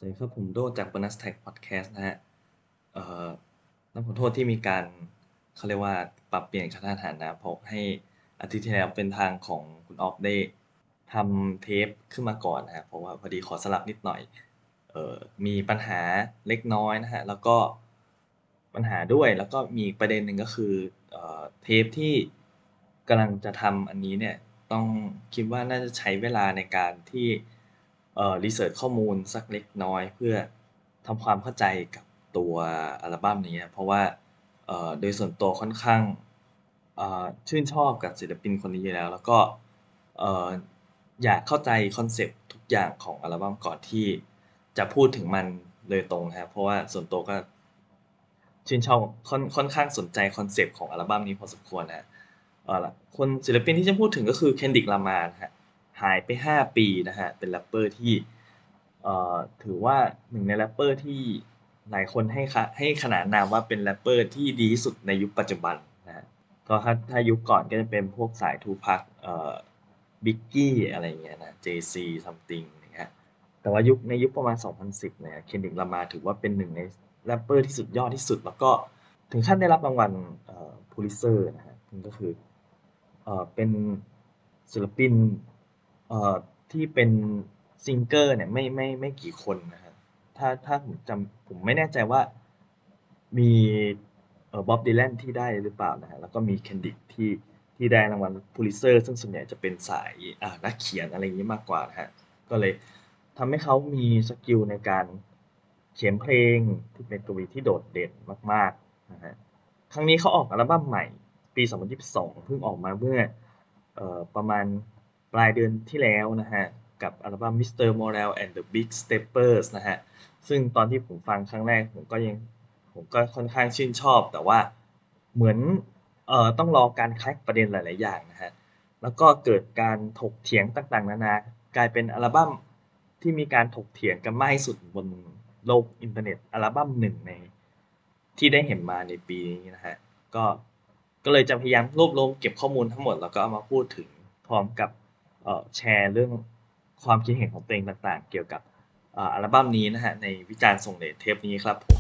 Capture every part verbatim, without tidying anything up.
วัสดีครับผมโดจาก Bonus Tag Podcast นะฮะเอ่อต้องขอโทษที่มีการเขาเรียกว่าปรับเปลี่ยนกระทันหันนะเพราะให้อาทิตย์ที่แล้วเป็นทางของคุณออฟได้ทำเทปขึ้นมาก่อนนะฮะเพราะว่าพอดีขอสลับนิดหน่อยเอ่อมีปัญหาเล็กน้อยนะฮะแล้วก็ปัญหาด้วยแล้วก็มีอีกประเด็นหนึ่งก็คือเอ่อเทปที่กำลังจะทำอันนี้เนี่ยต้องคิดว่าน่าจะใช้เวลาในการที่ เอ่อรีเสิร์ชข้อมูลสักเล็กน้อยเพื่อทำความเข้าใจกับตัวอัลบั้มนี้เพราะว่าเอ่อโดยส่วนตัวค่อนข้างเอ่อชื่นชอบกับศิลปินคนนี้อยู่แล้วแล้วก็เอ่ออยากเข้าใจคอนเซปต์ทุกอย่างของอัลบั้มก่อนที่จะพูดถึงมันโดยตรงครับเพราะว่าส่วนตัวก็ชื่นชอบค่อนค่อนข้างสนใจคอนเซปต์ของอัลบั้มนี้พอสมควรนะครับเอ่อคนศิลปินที่จะพูดถึงก็คือ Kendrick Lamar นะครับ หายไปห้าปีนะฮะเป็นแรปเปอร์ที่เอ่อถือว่าหนึ่งในแรปเปอร์ที่หลายคนให้คะให้ขนานนามว่าเป็นแรปเปอร์ที่ดีที่สุดในยุคปัจจุบันนะฮะก็ถ้าถ้ายุคก่อนก็จะเป็นพวกสาย Tupac เอ่อ Biggie อะไรอย่างเงี้ยนะ Jay-Z something อย่างเงี้ยแต่ว่ายุคในยุคประมาณสองพันสิบเนี่ย Kendrick Lamar ถือว่าเป็นหนึ่งในแรปเปอร์ที่สุดยอดที่สุดแล้วก็ถึงขั้นได้รับรางวัลเอ่อ Pulitzer นะฮะนั่นก็คือเอ่อเป็นศิลปิน เอ่อที่เป็นซิงเกอร์เนี่ยไม่ไม่ไม่กี่คนนะครับถ้าถ้าผมจำผมไม่แน่ใจว่ามีเอ่อบ๊อบดีแลนที่ได้หรือเปล่านะฮะแล้วก็มีเคนดิกที่ที่ได้รางวัลพูลิเซอร์ซึ่งส่วนใหญ่จะเป็นสายอ่านักเขียนอะไรอย่างนี้มากกว่านะฮะก็เลยทำให้เขามีสกิลในการเขียนเพลงที่เป็นกวีที่โดดเด่นมากๆนะฮะครั้งนี้เขาออกอัลบั้มใหม่ปีสองพันยี่สิบสองเพิ่งออกมาเมื่อเอ่อประมาณ ปลายเดือนที่แล้วนะฮะกับอัลบั้ม มิสเตอร์ Morale and the Big Steppers นะฮะซึ่งตอนที่ผมฟังครั้งแรกผมก็ยังผมก็ค่อนข้างชื่นชอบแต่ว่าเหมือนเอ่อต้องรอการแคร็กประเด็นหลายๆอย่างนะฮะแล้วก็เกิดการถกเถียงต่างๆนานากลายเป็นอัลบั้มที่มีการถกเถียงกันมากที่สุดบนโลกอินเทอร์เน็ตอัลบั้มหนึ่งในที่ได้เห็นมาในปีนี้นะฮะก็ก็เลยจะพยายามรวบรวมเก็บข้อมูลทั้งหมดแล้วก็เอามาพูดถึงพร้อมกับ เอ่อแชร์เรื่องความคิดเห็นของตัวเองต่างๆเกี่ยวกับอ่าอัลบั้มนี้นะฮะในวิจารณ์ส่งเดชเทปนี้ครับผม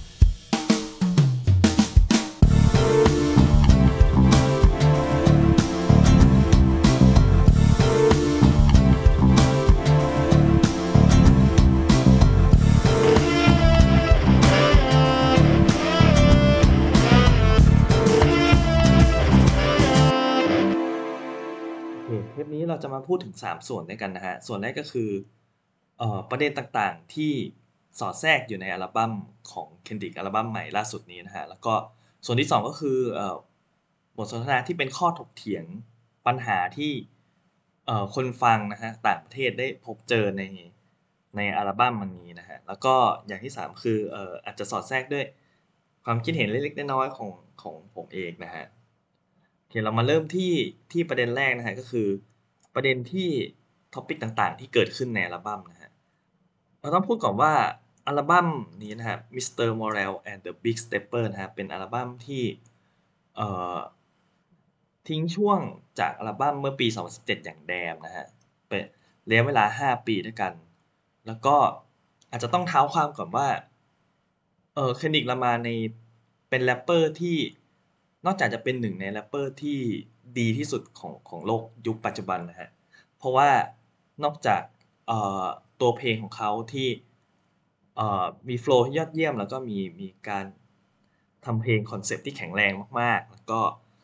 โอเคเทปนี้เราจะมาพูดถึงสามส่วนด้วยกันนะฮะส่วนแรกก็คือเอ่อประเด็นต่างๆที่สอดแทรกอยู่ในอัลบั้มของ Kendrick อัลบั้มใหม่ล่าสุดนี้นะฮะแล้วก็ส่วนที่สองก็คือเอ่อบทสนทนาที่เป็นข้อถกเถียงปัญหาที่เอ่อคนฟังนะฮะต่างประเทศได้พบเจอในในอัลบั้มอันนี้นะฮะแล้วก็อย่างที่สามคือเอ่ออาจจะสอดแทรกด้วยความคิดเห็นเล็กๆน้อยๆของของผมเองนะฮะ โอเคเรามาเริ่มที่ที่ประเด็นแรกนะฮะก็คือประเด็นที่ topic ต่างๆที่เกิดขึ้นในอัลบั้มนะฮะเราต้องพูดก่อนว่าอัลบั้มนี้นะครับ มิสเตอร์ Morale and the Big Steppers นะครับเป็นอัลบั้มที่เอ่อทิ้งช่วงจากอัลบั้มเมื่อปีสองพันสิบเจ็ดอย่าง Damn นะฮะเป็นระยะเวลาห้าปีด้วยกันแล้วก็อาจจะต้องเท้าความก่อนว่า เอ่อ Kendrick Lamar ในเป็นแรปเปอร์ที่นอกจากจะเป็นหนึ่งในแรปเปอร์ที่ดีที่สุดของของโลกยุคปัจจุบันนะฮะเพราะว่านอกจากเอ่อตัวเพลงของเขาที่เอ่อมีโฟลว์ที่ยอดเยี่ยมแล้วก็มีมีการทำเพลงคอนเซปต์ที่แข็งแรงมากๆแล้วก็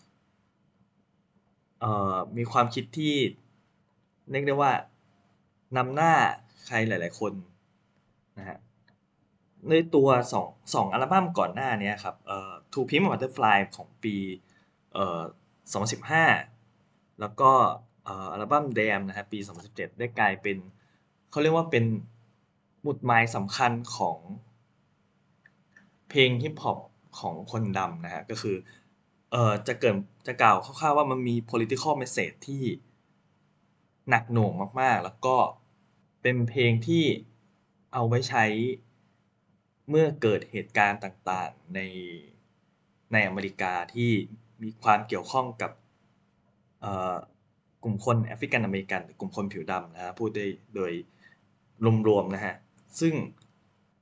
เอ่อมีความคิดที่เรียกได้ว่านำหน้าใครหลายๆคนนะฮะ ในตัวสองสองอัลบั้มก่อนหน้าเนี้ยครับเอ่อ To Pimp a Butterfly ของปีเอ่อสองพันสิบห้าแล้วก็เอ่ออัลบั้ม Damn นะครับปีสองพันสิบเจ็ดได้กลายเป็นเขาเรียกว่าเป็นหมุดหมายสำคัญของเพลงฮิปฮอปของคนดำนะฮะก็คือเอ่อจะเกริ่นจะกล่าวคร่าวๆว่ามันมี political message ที่หนักหน่วงมากๆแล้วก็เป็นเพลงที่เอาไว้ใช้ เมื่อเกิดเหตุการณ์ต่างๆในในอเมริกาที่มีความเกี่ยวข้องกับเอ่อกลุ่มคนแอฟริกันอเมริกันหรือกลุ่มคนผิวดำนะฮะพูดได้โดยรวมๆนะฮะซึ่ง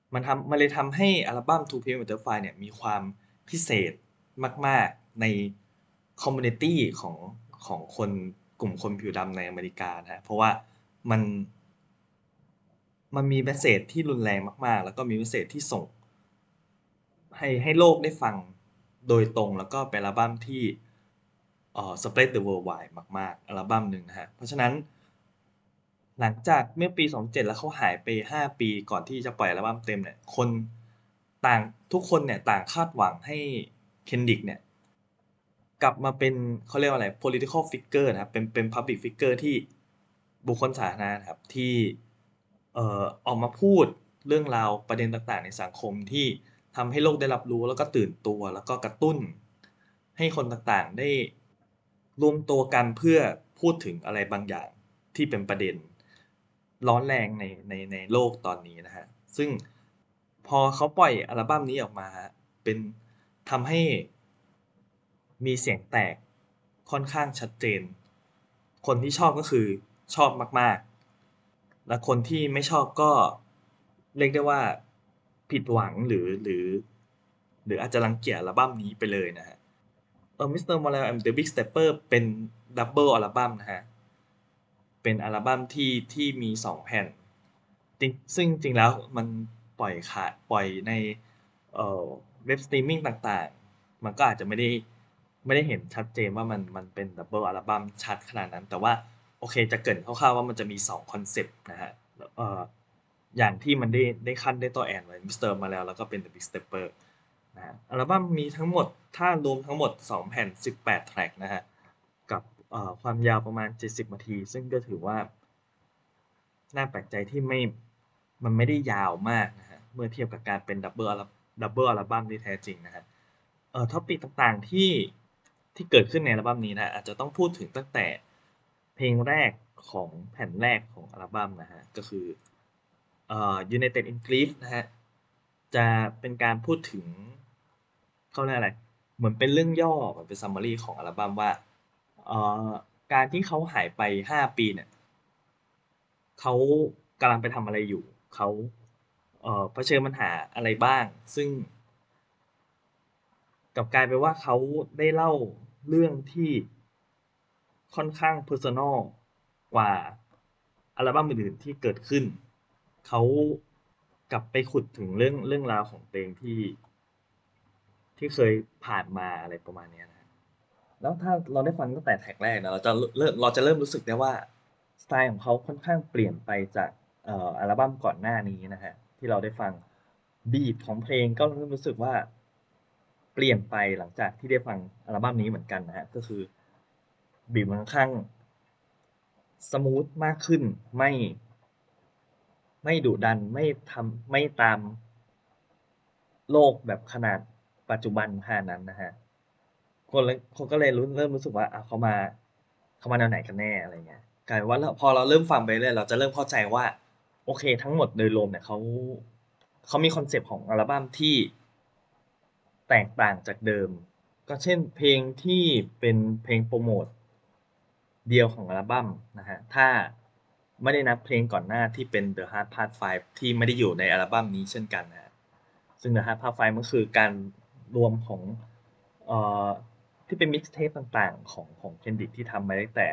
มันทำมันเลยทำให้อัลบั้ม To Pimp a Butterfly เนี่ยมีความพิเศษมากๆในคอมมูนิตีของของคนกลุ่มคนผิวดำในอเมริกานะฮะเพราะว่ามันมันมีเมสเสจที่รุนแรงมากๆ แล้วก็มีเมสเสจที่ส่งให้ให้โลกได้ฟังโดยตรง แล้วก็เป็นอัลบั้มที่เอ่อ spread the worldwide มากๆอัลบั้มหนึ่งนะฮะเพราะฉะนั้น หลังจากเมื่อปีสองพันเจ็ดแล้วเขาหายไปห้าปีก่อนที่จะปล่อยอัลบั้มเต็มเนี่ยคนต่างทุกคนเนี่ยต่างคาดหวังให้ Kendrick เนี่ยกลับมาเป็นเขาเรียกว่าอะไร political figure นะครับเป็นเป็น public figure ที่บุคคลสาธารณะนะครับที่เอ่อออกมาพูดเรื่องราวประเด็นต่างๆในสังคมที่ทำให้โลกได้รับรู้แล้วก็ตื่นตัวแล้วก็กระตุ้นให้คนต่างๆได้รวมตัวกันเพื่อพูดถึงอะไรบางอย่างที่เป็นประเด็นร้อนแรงในในในโลกตอนนี้นะฮะซึ่งพอเขาปล่อยอัลบั้มนี้ออกมาเป็นทำให้มีเสียงแตกค่อนข้างชัดเจนคนที่ชอบก็คือชอบมากๆและคนที่ไม่ชอบก็เรียกได้ว่าผิดหวังหรือหรือหรืออาจจะรังเกียจอัลบั้มนี้ไปเลยนะฮะ เออ มิสเตอร์ Morale and the Big Stepper เป็นดับเบิลอัลบั้มนะฮะเป็นอัลบั้มที่ที่มีสองแผ่นจริงซึ่งจริงแล้วมันปล่อยขายปล่อยในเอ่อเว็บสตรีมมิ่งต่างๆมันก็อาจจะไม่ได้ไม่ได้เห็นชัดเจนว่ามันมันเป็นดับเบิลอัลบั้มชัดขนาดนั้นแต่ว่าโอเคจะเกริ่นคร่าวๆว่ามันจะมีสองคอนเซปต์นะฮะเอ่ออย่างที่มันได้ได้ขั้นได้ตัวแอนไว้ มิสเตอร์ Morale แล้วก็เป็น The Big Stepper นะฮะอัลบั้มมีทั้งหมดถ้ารวมทั้งหมดสองแผ่นสิบแปดแทร็กนะฮะกับเอ่อความยาวประมาณเจ็ดสิบนาทีซึ่งก็ถือว่าน่าแปลกใจที่ไม่มันไม่ได้ยาวมากนะฮะเมื่อเทียบกับการเป็นดับเบิลอัลดับเบิลอัลบั้มที่แท้จริงนะฮะเอ่อ topic ต่างๆที่ที่เกิดขึ้นในอัลบั้มนี้นะอาจจะต้องพูดถึงตั้งแต่เพลงแรกของแผ่นแรกของอัลบั้มนะฮะก็คือเอ่อ United in Grief นะฮะจะเป็นการพูดถึง เขาเรียกอะไร เหมือนเป็นเรื่องย่อเหมือนเป็น summary ของอัลบั้มว่าเอ่อการที่เขาหายไปห้าปีเนี่ยเขากำลังไปทำอะไรอยู่ เขาเอ่อเผชิญปัญหาอะไรบ้าง ซึ่งกลับกลายเป็นว่าเขาได้เล่าเรื่องที่ค่อนข้าง personal กว่าอัลบั้มอื่นๆที่เกิดขึ้น เขากลับไปขุดถึงเรื่องเรื่องราวของตัวเองที่ที่เคยผ่านมาอะไรประมาณเนี้ยนะ แล้วถ้าเราได้ฟังตั้งแต่แท็กแรกนะเราจะเริ่มเราจะเริ่มรู้สึกได้ว่าสไตล์ของเขาค่อนข้างเปลี่ยนไปจากเอ่ออัลบั้มก่อนหน้านี้นะฮะที่เราได้ฟังบีทของเพลงก็เริ่มรู้สึกว่าเปลี่ยนไปหลังจากที่ได้ฟังอัลบั้มนี้เหมือนกันนะฮะก็คือบีทมันค่อนข้างสมูทมากขึ้นไม่ไม่ดุดันไม่ทำไม่ตามโลกแบบขนาดปัจจุบันขนาดนั้นนะฮะ คนเลยคนก็เลยรู้เริ่มรู้สึกว่าอ่าเขามาเขามาแนวไหนกันแน่อะไรเงี้ยกลายเป็นว่าเราพอเราเริ่มฟังไปเรื่อยเราจะเริ่มเข้าใจว่าโอเคทั้งหมดโดยรวมเนี่ยเขาเขามีคอนเซปต์ของอัลบั้มที่แตกต่างจากเดิมก็เช่นเพลงที่เป็นเพลงโปรโมทเดียวของอัลบั้มนะฮะถ้าไม่ได้นับเพลงก่อนหน้าที่เป็น The Hard Part ไฟว์ที่ไม่ได้อยู่ในอัลบั้มนี้เช่นกันนะฮะ ซึ่ง The Hard Part ไฟว์มันคือการรวมของเอ่อที่เป็น mixtape ต่างๆของของ Kendrick ที่ทำมาตั้งแต่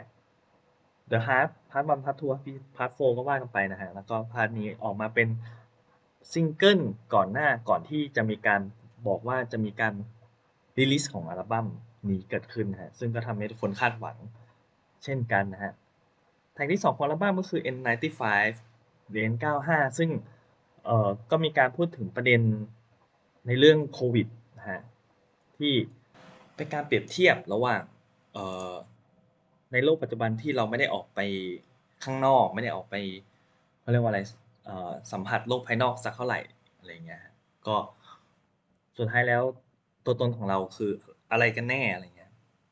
The Hard Part วัน Part ทู Part โฟร์ก็ว่ากันไปนะฮะแล้วก็พาร์ทนี้ออกมาเป็นซิงเกิลก่อนหน้าก่อนที่จะมีการบอกว่าจะมีการรีลิสของอัลบั้มนี้เกิดขึ้นนะฮะซึ่งก็ทำให้ทุกคนคาดหวังเช่นกันนะฮะแท็กที่สองของอัลบั้มก็คือ เอ็น ไนน์ตี้ ไฟว์ หรือ เอ็น ไนน์ตี้ ไฟว์ ซึ่ง เอ่อก็มีการพูดถึงประเด็นในเรื่องโควิดนะฮะที่เป็นการเปรียบเทียบระหว่างเอ่อในโลกปัจจุบันที่เราไม่ได้ออกไปข้างนอกไม่ได้ออกไปเขาเรียกว่าอะไรเอ่อสัมผัสโลกภายนอกสักเท่าไหร่อะไรเงี้ยก็สุดท้ายแล้วตัวตนของเราคืออะไรกันแน่อะไรเงี้ย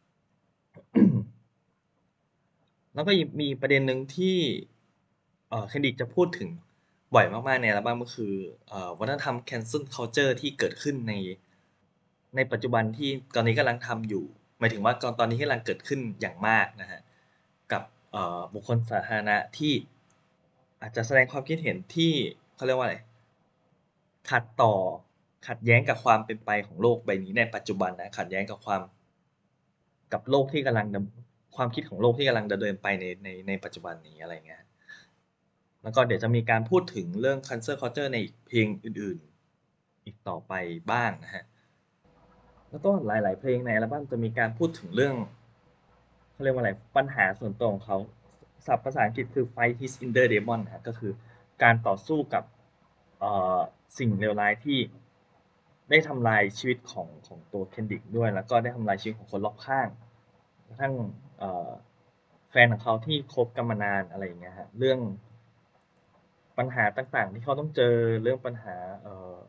แล้วก็มีประเด็นหนึ่งที่เอ่อ Kendrick จะพูดถึงบ่อยมากๆในอัลบั้มก็คือเอ่อวัฒนธรรม Cancel Culture ที่เกิดขึ้นในในปัจจุบันที่ตอนนี้กำลังทำอยู่หมายถึงว่าตอนนี้กำลังเกิดขึ้นอย่างมากนะฮะกับเอ่อบุคคลสาธารณะที่อาจจะแสดงความคิดเห็นที่เขาเรียกว่าอะไรขัดต่อขัดแย้งกับความเป็นไปของโลกใบนี้ในปัจจุบันนะขัดแย้งกับความกับโลกที่กำลังดำความคิดของโลกที่กำลังดำเนินไปในในในปัจจุบันนี้อะไรเงี้ยแล้วก็เดี๋ยวจะมีการพูดถึงเรื่อง cancel culture ในเพลงอื่นๆอีกต่อไปบ้างนะฮะแล้วก็หลายๆเพลงในอัลบั้มจะมีการพูดถึงเรื่องเขาเรียกว่าอะไรปัญหาส่วนตัวของเขาศัพท์ภาษาอังกฤษคือ fight his inner demon นะฮะก็คือการต่อสู้กับเอ่อสิ่งเลวร้ายที่ได้ทำลายชีวิตของของตัวเคนดิกด้วยแล้วก็ได้ทำลายชีวิตของคนรอบข้างกระทั่งเอ่อแฟนของเขาที่คบกันมานานอะไรอย่างเงี้ยฮะเรื่องปัญหาต่างๆที่เขาต้องเจอเรื่องปัญหาเอ่อ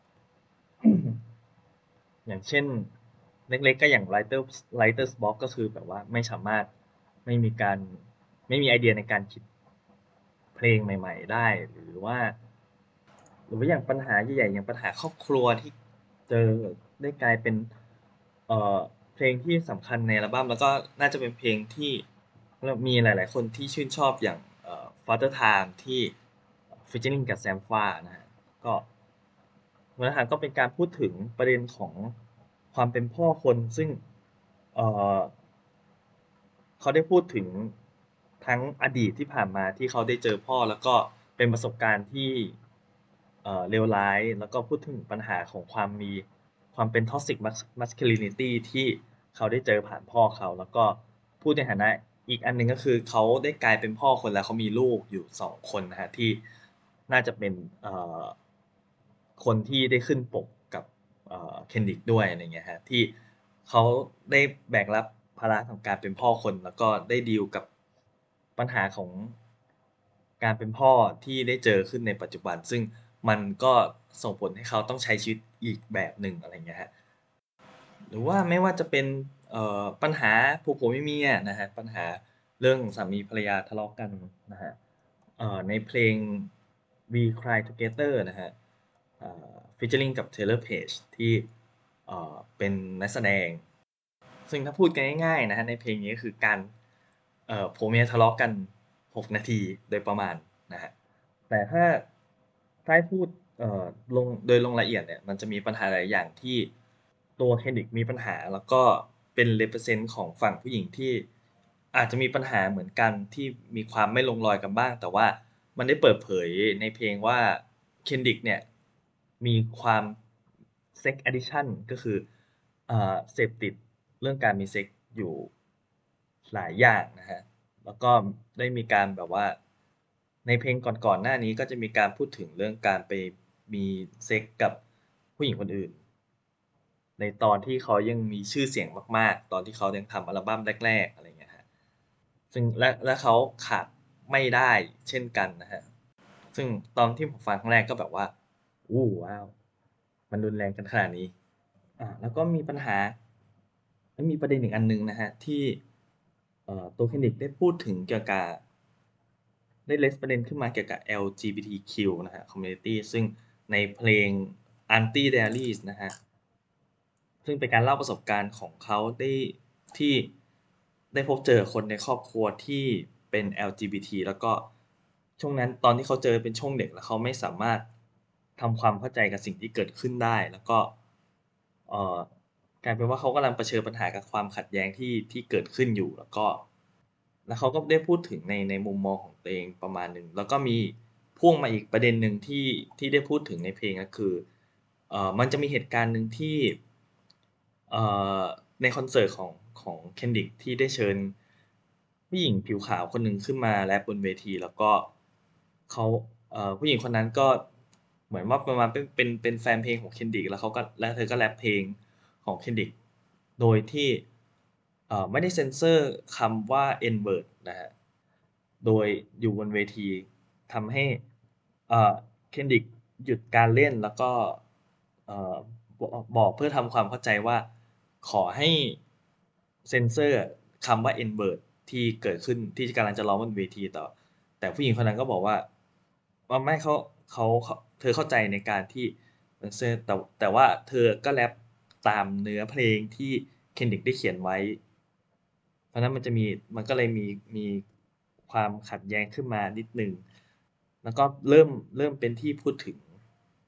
อย่างเช่นเล็กๆก็อย่าง writer writer's block ก็คือแบบว่าไม่สามารถไม่มีการไม่มีไอเดียในการคิดเพลงใหม่ๆได้หรือว่าหรือว่าอย่างปัญหาใหญ่ๆอย่างปัญหาครอบครัวที่เจอได้กลายเป็นเอ่อเพลงที่สำคัญในอัลบั้มแล้วก็น่าจะเป็นเพลงที่มีหลายๆคนที่ชื่นชอบอย่างเอ่อ Father Time ที่ featuring กับ Sam Fa นะฮะก็ เนื้อหาก็เป็นการพูดถึงประเด็นของความเป็นพ่อคนซึ่งเอ่อเขาได้พูดถึงทั้งอดีตที่ผ่านมาที่เขาได้เจอพ่อแล้วก็เป็นประสบการณ์ที่เอ่อเลวร้ายแล้วก็พูดถึงปัญหาของความมีความเป็น toxic masculinity ที่เขาได้เจอผ่านพ่อเขาแล้วก็พูดในฐานะอีกอันหนึ่งก็คือเขาได้กลายเป็นพ่อคนแล้วเขามีลูกอยู่สองคนนะฮะที่น่าจะเป็นเอ่อ คนที่ได้ขึ้นปกกับเอ่อ Kendrick ด้วยอะไรเงี้ยฮะที่เขาได้แบกรับภาระของการเป็นพ่อคนแล้วก็ได้ดีลกับปัญหาของการเป็นพ่อที่ได้เจอขึ้นในปัจจุบันซึ่งมันก็ส่งผลให้เขาต้องใช้ชีวิตอีกแบบหนึ่งอะไรเงี้ยฮะหรือว่าไม่ว่าจะเป็นเอ่อปัญหาผัวผัวเมียๆนะฮะปัญหาเรื่องสามีภรรยาทะเลาะกันนะฮะเอ่อในเพลง We Cry Together นะฮะ อ่า featuring กับ Taylor Page ที่เอ่อเป็นนักแสดงซึ่งถ้าพูดกันง่ายๆนะฮะในเพลงนี้ก็คือการเอ่อผัวเมียทะเลาะกันหกนาทีโดยประมาณนะฮะแต่ถ้าถ้าให้พูดเอ่อลงโดยลงรายละเอียดเนี่ยมันจะมีปัญหาหลายอย่างที่ตัว Kendrick มีปัญหาแล้วก็เป็น represent ของฝั่งผู้หญิงที่อาจจะมีปัญหาเหมือนกันที่มีความไม่ลงรอยกันบ้างแต่ว่ามันได้เปิดเผยในเพลงว่า Kendrick เนี่ยมีความ sex addiction ก็คือเอ่อเสพติดเรื่องการมีเซ็กส์อยู่หลายอย่างนะฮะแล้วก็ได้มีการแบบว่าในเพลงก่อนๆหน้านี้ก็จะมีการพูดถึงเรื่องการไปมีเซ็กส์กับผู้หญิงคนอื่นในตอนที่เขายังมีชื่อเสียงมากๆตอนที่เขายังทำอัลบั้มแรกๆอะไรเงี้ยฮะซึ่งและและเขาขาดไม่ได้เช่นกันนะฮะซึ่งตอนที่ผมฟังครั้งแรกก็แบบว่าอู้ว้าวมันรุนแรงกันขนาดนี้ อ่าแล้วก็มีปัญหามันมีประเด็นอีกอันหนึ่งนะฮะที่เอ่อตัวคลินิกได้พูดถึงเกี่ยวกับได้เล i ประเด็นขึ้นมาเกี่ยวกับ แอล จี บี ที คิว นะฮะ community ซึ่งในเพลง Anti Diaries นะฮะซึ่งเป็นการเล่าประสบการณ์ของเขาได้ที่ได้พบเจอคนในครอบครัวที่เป็น แอล จี บี ที แล้วก็ช่วงนั้นตอนที่เขาเจอเป็นช่วงเด็กแล้วเขาไม่สามารถทำความเข้าใจกับสิ่งที่เกิดขึ้นได้แล้วก็ เอ่อกลายเป็นว่าเขากำลังเผชิญปัญหากับความขัดแย้งที่ที่เกิดขึ้นอยู่แล้วก็แล้วเขาก็ได้พูดถึงในในมุมมองของตัวเองประมาณหนึ่งแล้วก็มีพ่วงมาอีกประเด็นหนึ่งที่ที่ได้พูดถึงในเพลงก็คือเอ่อมันจะมีเหตุการณ์หนึ่งที่เอ่อในคอนเสิร์ตของของ Kendrick ที่ได้เชิญผู้หญิงผิวขาวคนหนึ่งขึ้นมาแรปบนเวทีแล้วก็เขาเอ่อผู้หญิงคนนั้นก็เหมือนว่าประมาณเป็นเป็นเป็นแฟนเพลงของ Kendrick แล้วเขาก็แล้วเธอก็แรปเพลง ของ Kendrick โดยที่เอ่อไม่ได้เซ็นเซอร์คำว่า N word นะฮะโดยอยู่บนเวทีทำให้เอ่อ Kendrick หยุดการเล่นแล้วก็เอ่อบอกบอกเพื่อทำความเข้าใจว่าขอให้เซ็นเซอร์คำว่า N word ที่เกิดขึ้นที่กำลังจะร้องบนเวทีต่อแต่ผู้หญิงคนนั้นก็บอกว่าว่าไม่เขาเขาเขาเธอเข้าใจในการที่ เซอร์แต่แต่ว่าเธอก็แรปตามเนื้อเพลงที่ Kendrick ได้เขียนไว้เพราะนั้นมันจะมีมันก็เลยมีมีความขัดแย้งขึ้นมานิดหนึ่งแล้วก็เริ่มเริ่มเป็นที่พูดถึง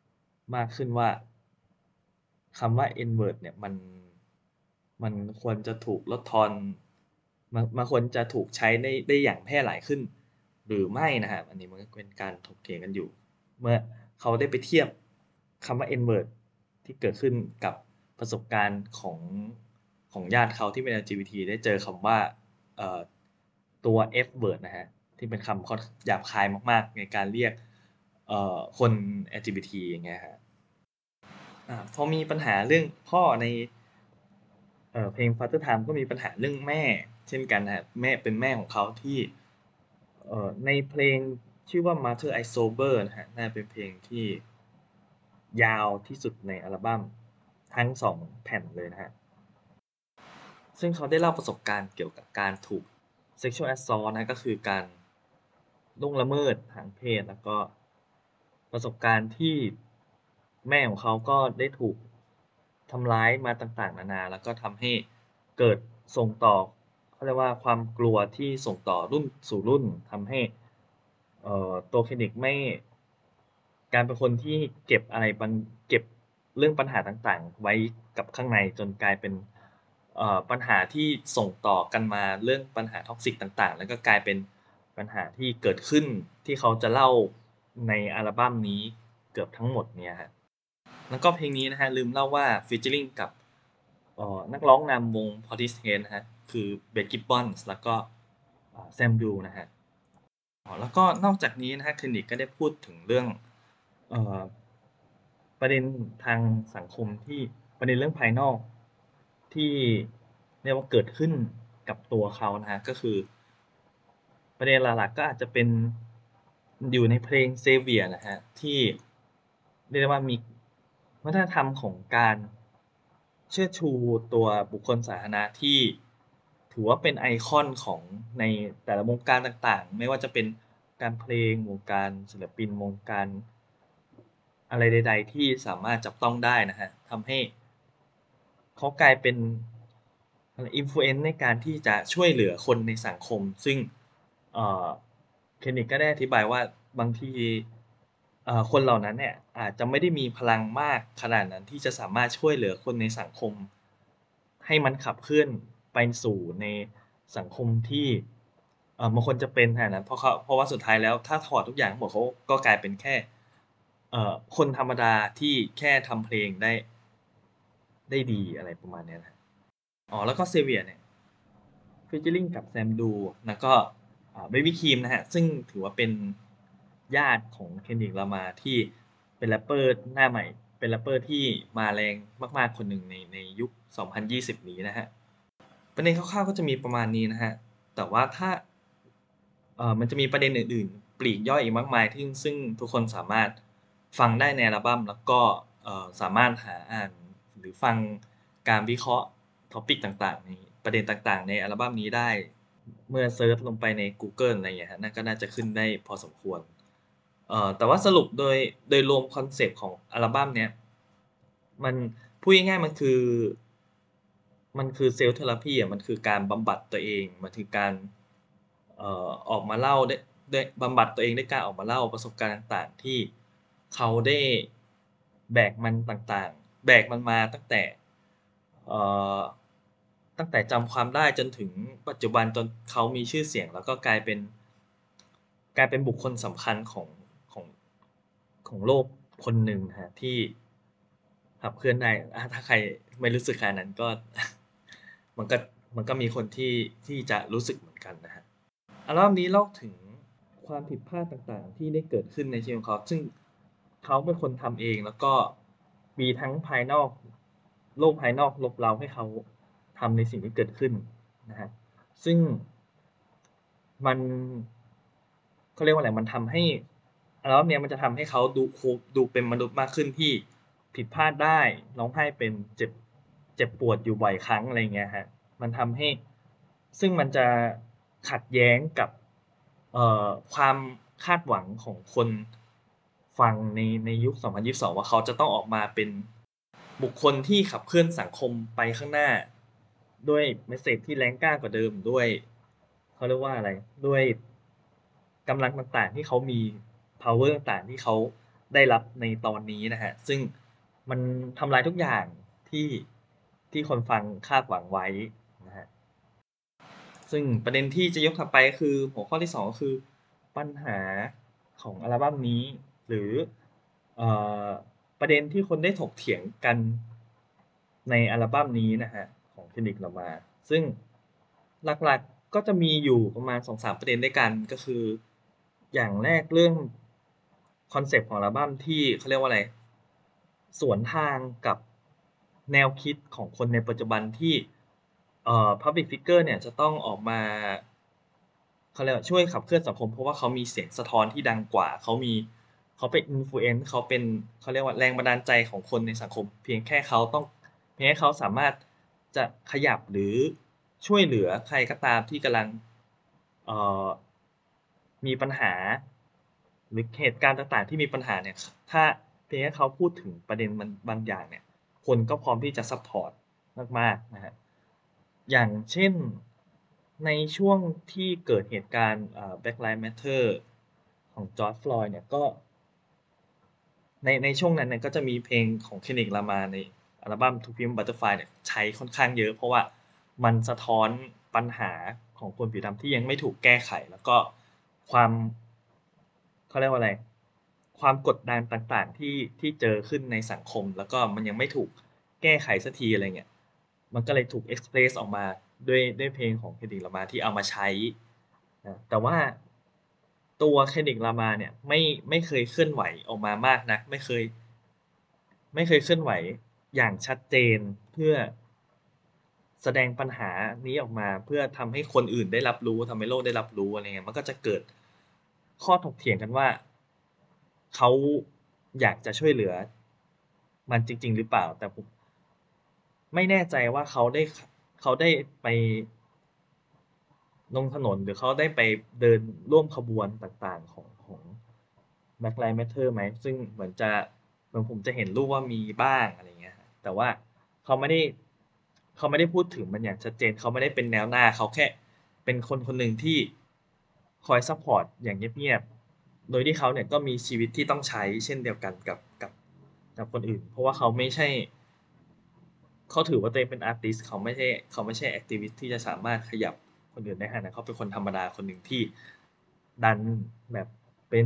มากขึ้นว่าคำว่า N word เนี่ยมันมันควรจะถูกลดทอนมันมันควรจะถูกใช้ได้ได้อย่างแพร่หลายขึ้น หรือไม่นะครับอันนี้มันก็เป็นการถกเถียงกันอยู่ เมื่อเขาได้ไปเทียบคำว่า N word ที่เกิดขึ้นกับประสบการณ์ของของญาติเขาที่เป็น แอล จี บี ที ได้เจอคำว่าเอ่อตัว F word นะฮะที่เป็นคำค่อนหยาบคายมากๆ ในการเรียกเอ่อคน แอล จี บี ที อย่างเงี้ยฮะอ่าพอมีปัญหาเรื่องพ่อในเอ่อเพลง Father Time ก็มีปัญหาเรื่องแม่เช่นกันนะครับแม่เป็นแม่ของเขาที่เอ่อในเพลงชื่อว่า Mother I Sober นะฮะน่าเป็นเพลงที่ยาวที่สุดในอัลบั้มทั้งสองแผ่นเลยนะฮะซึ่งเขาได้เล่าประสบการณ์เกี่ยวกับการถูก sexual assault นะก็คือการล่วงละเมิดทางเพศแล้วก็ประสบการณ์ที่แม่ของเขาก็ได้ถูกทำร้ายมาต่างๆนานาแล้วก็ทำให้เกิดส่งต่อเขาเรียกว่าความกลัวที่ส่งต่อรุ่นสู่รุ่นทำให้เอ่อตัวคลินิกไม่การเป็นคนที่เก็บอะไรบางเก็บเรื่องปัญหาต่างๆไว้กับข้างในจนกลายเป็นเอ่อปัญหาที่ส่งต่อกันมาเรื่องปัญหา toxic ต่างๆแล้วก็กลายเป็นปัญหาที่เกิดขึ้นที่เขาจะเล่าในอัลบั้มนี้เกือบทั้งหมดเนี่ยครับแล้วก็เพลงนี้นะฮะลืมเล่าว่า featuring กับเอ่อนักร้องนำวง Portishead นะฮะคือ Beth Gibbons แล้วก็อ่า Sam Yu นะฮะอ๋อแล้วก็นอกจากนี้นะฮะคลินิกก็ได้พูดถึงเรื่องเอ่อประเด็นทางสังคมที่ประเด็นเรื่องภายนอกที่เรียกว่าเกิดขึ้นกับตัวเขานะฮะก็คือประเด็นหลักๆก็อาจจะเป็นอยู่ในเพลง Savior นะฮะที่เรียกได้ว่ามีวัฒนธรรมของการเชิดชูตัวบุคคลสาธารณะที่ถือว่าเป็นไอคอนของในแต่ละวงการต่างๆไม่ว่าจะเป็นการเพลงวงการศิลปินวงการ อะไรใดๆที่สามารถจับต้องได้นะฮะทำให้เขากลายเป็นอะไร influence ในการที่จะช่วยเหลือคนในสังคมซึ่งเอ่อเคนนิกก็ได้อธิบายว่าบางทีเอ่อคนเหล่านั้นเนี่ยอาจจะไม่ได้มีพลังมากขนาดนั้นที่จะสามารถช่วยเหลือคนในสังคมให้มันขับเคลื่อนไปสู่ในสังคมที่เอ่อมันควรจะเป็นขนาดนั้นเพราะเขาเพราะว่าสุดท้ายแล้วถ้าถอดทุกอย่างทั้งหมดเขาก็กลายเป็นแค่ เอ่อคนธรรมดาที่แค่ทำเพลงได้ได้ดีอะไรประมาณเนี้ยนะอ๋อแล้วก็ Xavier เนี่ย featuring กับ Sam Do แล้วก็อ่า Baby Keem นะฮะซึ่งถือว่าเป็นญาติของ Kendrick Lamar ที่เป็นแรปเปอร์หน้าใหม่เป็นแรปเปอร์ที่มาแรงมากๆคนหนึ่งในในยุคสองพันยี่สิบนี้นะฮะประเด็นคร่าวๆก็จะมีประมาณนี้นะฮะแต่ว่าถ้า เอ่อมันจะมีประเด็นอื่นๆปลีกย่อยอีกมากมายที่ซึ่งทุกคนสามารถฟังได้ในอัลบั้มแล้วก็เอ่อสามารถหาอ่านหรือฟังการวิเคราะห์ topic ต่างๆในประเด็นต่างๆในอัลบั้มนี้ได้เมื่อเซิร์ชลงไปในกูเกิลอะไรอย่างเงี้ยครับนั่นก็น่าจะขึ้นได้พอสมควรเอ่อแต่ว่าสรุปโดยโดยรวมคอนเซปต์ของอัลบั้มเนี้ยมันพูดง่ายๆมันคือมันคือ self therapy อะมันคือการบำบัดตัวเองมันคือการ เอ่อออกมาเล่าได้ได้บำบัดตัวเองด้วยการออกมาเล่าประสบการณ์ต่างๆที่เขาได้แบกมันต่างๆแบกมันมาตั้งแต่เอ่อตั้งแต่จำความได้จนถึงปัจจุบันจนเขามีชื่อเสียงแล้วก็กลายเป็นกลายเป็นบุคคลสำคัญของของของโลกคนหนึ่งครับที่ขับเคลื่อนได้อาถ้าใครไม่รู้สึกขนาดนั้นก็มันก็มันก็มีคนที่ที่จะรู้สึกเหมือนกันนะครับ อัลบั้มนี้เล่าถึงความผิดพลาดต่างๆที่ได้เกิดขึ้นในชีวิตของเขาซึ่งเขาเป็นคนทำเองแล้วก็มีทั้งภายนอกโลกภายนอกลบเร้าให้เขาทำในสิ่งที่เกิดขึ้นนะฮะซึ่งมันเขาเรียกว่าอะไรมันทำให้อัลบั้มเนี้ยมันจะทำให้เขาดูโคดูเป็นมนุษย์มากขึ้นที่ผิดพลาดได้ร้องไห้เป็นเจ็บเจ็บปวดอยู่บ่อยครั้งอะไรเงี้ยฮะมันทำให้ซึ่งมันจะขัดแย้งกับเอ่อความคาดหวังของคนฟังในในยุคสองพันยี่สิบสองว่าเขาจะต้องออกมาเป็นบุคคลที่ขับเคลื่อนสังคมไปข้างหน้าด้วยเมสเสจที่แรงกล้ากว่าเดิมด้วยเขาเรียกว่าอะไรด้วยกำลังต่างๆที่เขามี power ต่างๆที่เขาได้รับในตอนนี้นะฮะซึ่งมันทำลายทุกอย่างที่ที่คนฟังคาดหวังไว้นะฮะซึ่งประเด็นที่จะยกถัดไปก็คือหัวข้อที่สองก็คือปัญหาของอัลบั้มนี้หรือเอ่อประเด็นที่คนได้ถกเถียงกันในอัลบั้มนี้นะฮะของ Kendrick Lamar ซึ่งหลักๆก็จะมีอยู่ประมาณ สองถึงสาม ประเด็นด้วยกันก็คืออย่างแรกเรื่องคอนเซปต์ของอัลบั้มที่เขาเรียกว่าอะไรสวนทางกับแนวคิดของคนในปัจจุบันที่เอ่อ Public Figure เนี่ยจะต้องออกมาเขาเรียกว่าช่วยขับเคลื่อนสังคมเพราะว่าเขามีเสียงสะท้อนที่ดังกว่าเขามีเขาเป็น influence เขาเป็นเขาเรียกว่าแรงบันดาลใจของคนในสังคมเพียงแค่เขาต้องเพียงแค่เขาสามารถจะขยับหรือช่วยเหลือใครก็ตามที่กำลังเอ่อมีปัญหาหรือเหตุการณ์ต่างๆที่มีปัญหาเนี่ยถ้าเพียงแค่เขาพูดถึงประเด็นมันบางอย่างเนี่ยคนก็พร้อมที่จะซัปพอร์ตมากๆนะครับอย่างเช่นในช่วงที่เกิดเหตุการณ์อ่า Black Lives Matter ของ George Floyd เนี่ยก็ในในช่วงนั้นเนี่ยก็จะมีเพลงของ Kendrick Lamar ในอัลบั้ม To Pimp a Butterfly เนี่ยใช้ค่อนข้างเยอะเพราะว่ามันสะท้อนปัญหาของคนผิวดำที่ยังไม่ถูกแก้ไขแล้วก็ความเขาเรียกว่าอะไรความกดดันต่างๆที่ที่เจอขึ้นในสังคมแล้วก็มันยังไม่ถูกแก้ไขสักทีอะไรเงี้ยมันก็เลยถูก express ออกมาด้วยด้วยเพลงของ Kendrick Lamar ที่เอามาใช้นะแต่ว่าตัว Kendrick Lamar เนี่ยไม่ไม่เคยเคลื่อนไหวออกมามากนักไม่เคยไม่เคยเคลื่อนไหวอย่างชัดเจนเพื่อแสดงปัญหานี้ออกมาเพื่อทำให้คนอื่นได้รับรู้ทำให้โลกได้รับรู้อะไรเงี้ยมันก็จะเกิดข้อถกเถียงกันว่าเขาอยากจะช่วยเหลือมันจริงๆหรือเปล่าแต่ผมไม่แน่ใจว่าเขาได้เขาได้ไป ลงถนนหรือเขาได้ไปเดินร่วมขบวนต่างๆของของ Black Lives Matter ไหมซึ่งเหมือนจะเหมือนผมจะเห็นรูปว่ามีบ้างอะไรเงี้ยครับแต่ว่าเขาไม่ได้เขาไม่ได้พูดถึงมันอย่างชัดเจนเขาไม่ได้เป็นแนวหน้าเขาแค่เป็นคนคนหนึ่งที่คอยซัปพอร์ตอย่างเงียบๆโดยที่เขาเนี่ยก็มีชีวิตที่ต้องใช้เช่นเดียวกันกับกับกับคนอื่นเพราะว่าเขาไม่ใช่ เขาถือว่าตัวเองเป็นอาร์ติสต์เขาไม่ใช่เขาไม่ใช่แอคทิวิสต์ที่จะสามารถขยับคนอื่นได้ขนาดนั้นเขาเป็นคนธรรมดาคนหนึ่งที่ดันแบบเป็น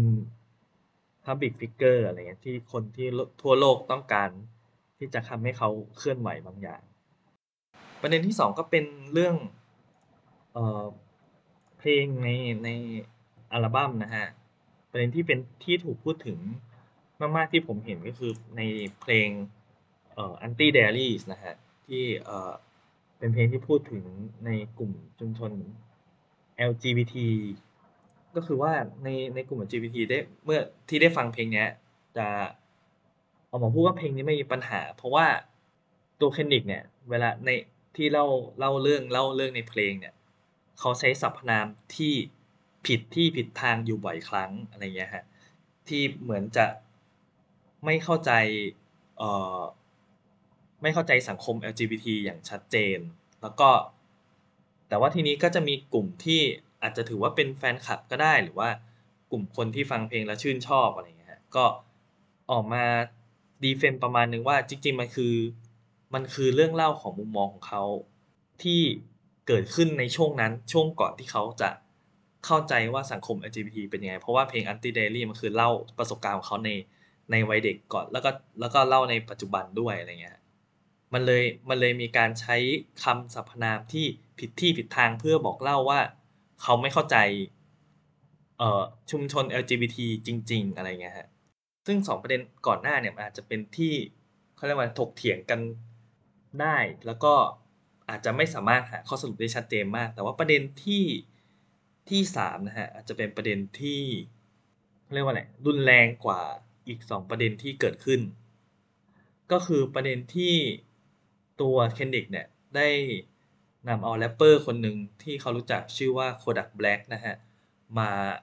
Public Figure อะไรเงี้ยที่คนที่ทั่วโลกต้องการที่จะทำให้เขาเคลื่อนไหวบางอย่างประเด็นที่สองก็เป็นเรื่องเอ่อเพลงในในอัลบั้มนะฮะประเด็นที่เป็นที่ถูกพูดถึงมากๆที่ผมเห็นก็คือในเพลงเอ่อ Anti Diaries นะฮะที่เอ่อเป็นเพลงที่พูดถึงในกลุ่มชุมชน แอล จี บี ที ก็คือว่าในในกลุ่ม แอล จี บี ที ได้เมื่อที่ได้ฟังเพลงเนี้ยจะออกมาพูดว่าเพลงนี้ไม่มีปัญหาเพราะว่าตัว Kendrick เนี่ยเวลาในที่เล่าเล่าเรื่องเล่าเรื่องในเพลงเนี่ยเขาใช้สรรพนามที่ผิดที่ผิดทางอยู่บ่อยครั้งอะไรเงี้ยครับที่เหมือนจะไม่เข้าใจเอ่อไม่เข้าใจสังคม แอล จี บี ที อย่างชัดเจนแล้วก็แต่ว่าทีนี้ก็จะมีกลุ่มที่อาจจะถือว่าเป็นแฟนคลับก็ได้หรือว่ากลุ่มคนที่ฟังเพลงแล้วชื่นชอบอะไรเงี้ยครับก็ออกมา defend ประมาณหนึ่งว่าจริงๆมันคือมันคือเรื่องเล่าของมุมมองของเขาที่เกิดขึ้นในช่วงนั้นช่วงก่อนที่เขาจะเข้าใจว่าสังคม แอล จี บี ที เป็นยังไงเพราะว่าเพลง Anti Diary มันคือเล่าประสบการณ์ของเขาในในวัยเด็กก่อนแล้วก็แล้วก็เล่าในปัจจุบันด้วยอะไรเงี้ยครับมันเลยมันเลยมีการใช้คำสรรพนามที่ผิดที่ผิดทางเพื่อบอกเล่าว่าเขาไม่เข้าใจเอ่อชุมชน แอล จี บี ที จริงๆอะไรเงี้ยครับ ซึ่งสองประเด็นก่อนหน้าเนี่ยมันอาจจะเป็นที่เขาเรียกว่าถกเถียงกันได้แล้วก็อาจจะไม่สามารถหาข้อสรุปได้ชัดเจนมากแต่ว่าประเด็นที่ที่สามนะฮะอาจจะเป็นประเด็นที่เขาเรียกว่าอะไรรุนแรงกว่าอีกสองประเด็นที่เกิดขึ้นก็คือประเด็นที่ตัว Kendrick เนี่ยได้นำเอาแรปเปอร์คนหนึ่งที่เขารู้จักชื่อว่า Kodak Black นะฮะ มา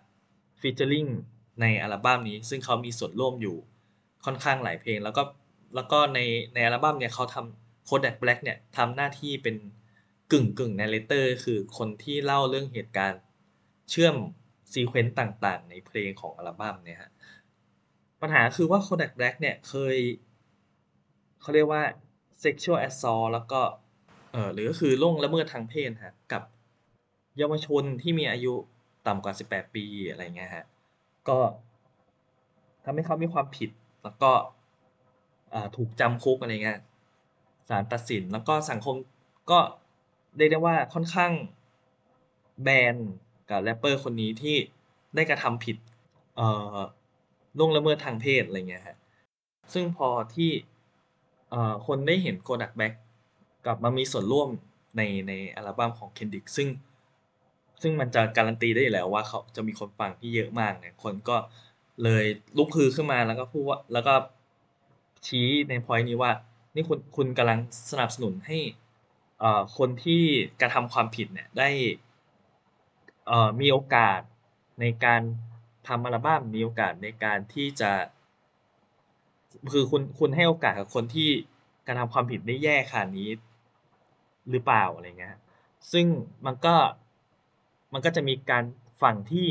featuring ในอัลบั้มนี้ซึ่งเขามีส่วนร่วมอยู่ค่อนข้างหลายเพลงแล้วก็แล้วก็ในในอัลบั้มเนี่ยเขาทำ Kodak Black เนี่ยทำหน้าที่เป็นกึ่งกึ่ง narrator คือคนที่เล่าเรื่องเหตุการณ์เชื่อมซีเควนต์ต่างๆในเพลงของอัลบั้มเนี่ยฮะปัญหาคือว่า Kodak Black เนี่ยเคย เขาเรียกว่า sexual assault แล้วก็ เอ่อ หรือก็คือล่วงละเมิดทางเพศครับ กับเยาวชนที่มีอายุต่ำกว่า สิบแปด ปี อะไรอย่างเงี้ยครับ ก็ทำให้เขามีความผิด แล้วก็ อ่า ถูกจำคุก อะไรเงี้ย ศาลตัดสิน แล้วก็สังคมก็เรียกได้ว่าค่อนข้างแบนกับแรปเปอร์คนนี้ที่ได้กระทำผิด เอ่อ ล่วงละเมิดทางเพศ อะไรเงี้ยครับ ซึ่งพอที่ เอ่อ คนได้เห็น Kodak Black กลับมามีส่วนร่วมใน ในอัลบัมของ Kendrick ซึ่ง ซึ่งมันจะการันตีได้อยู่แล้วว่า เขาจะมีคนฟังที่เยอะมากเนี่ย คนก็เลยลุกฮือขึ้นมา แล้วก็พูดว่า แล้วก็ชี้ใน พ็อยนต์ นี้ว่า นี่คุณ คุณกำลังสนับสนุนให้ เอ่อ คนที่กระทำความผิดเนี่ยได้ เอ่อ มีโอกาสในการทำอัลบัม มีโอกาสในการที่จะ คือคุณ คุณให้โอกาสกับคนที่กระทำความผิดได้แย่ขนาดนี้ หรือเปล่า อะไรเงี้ยครับ ซึ่งมันก็ มันก็จะมีการ ฝั่งที่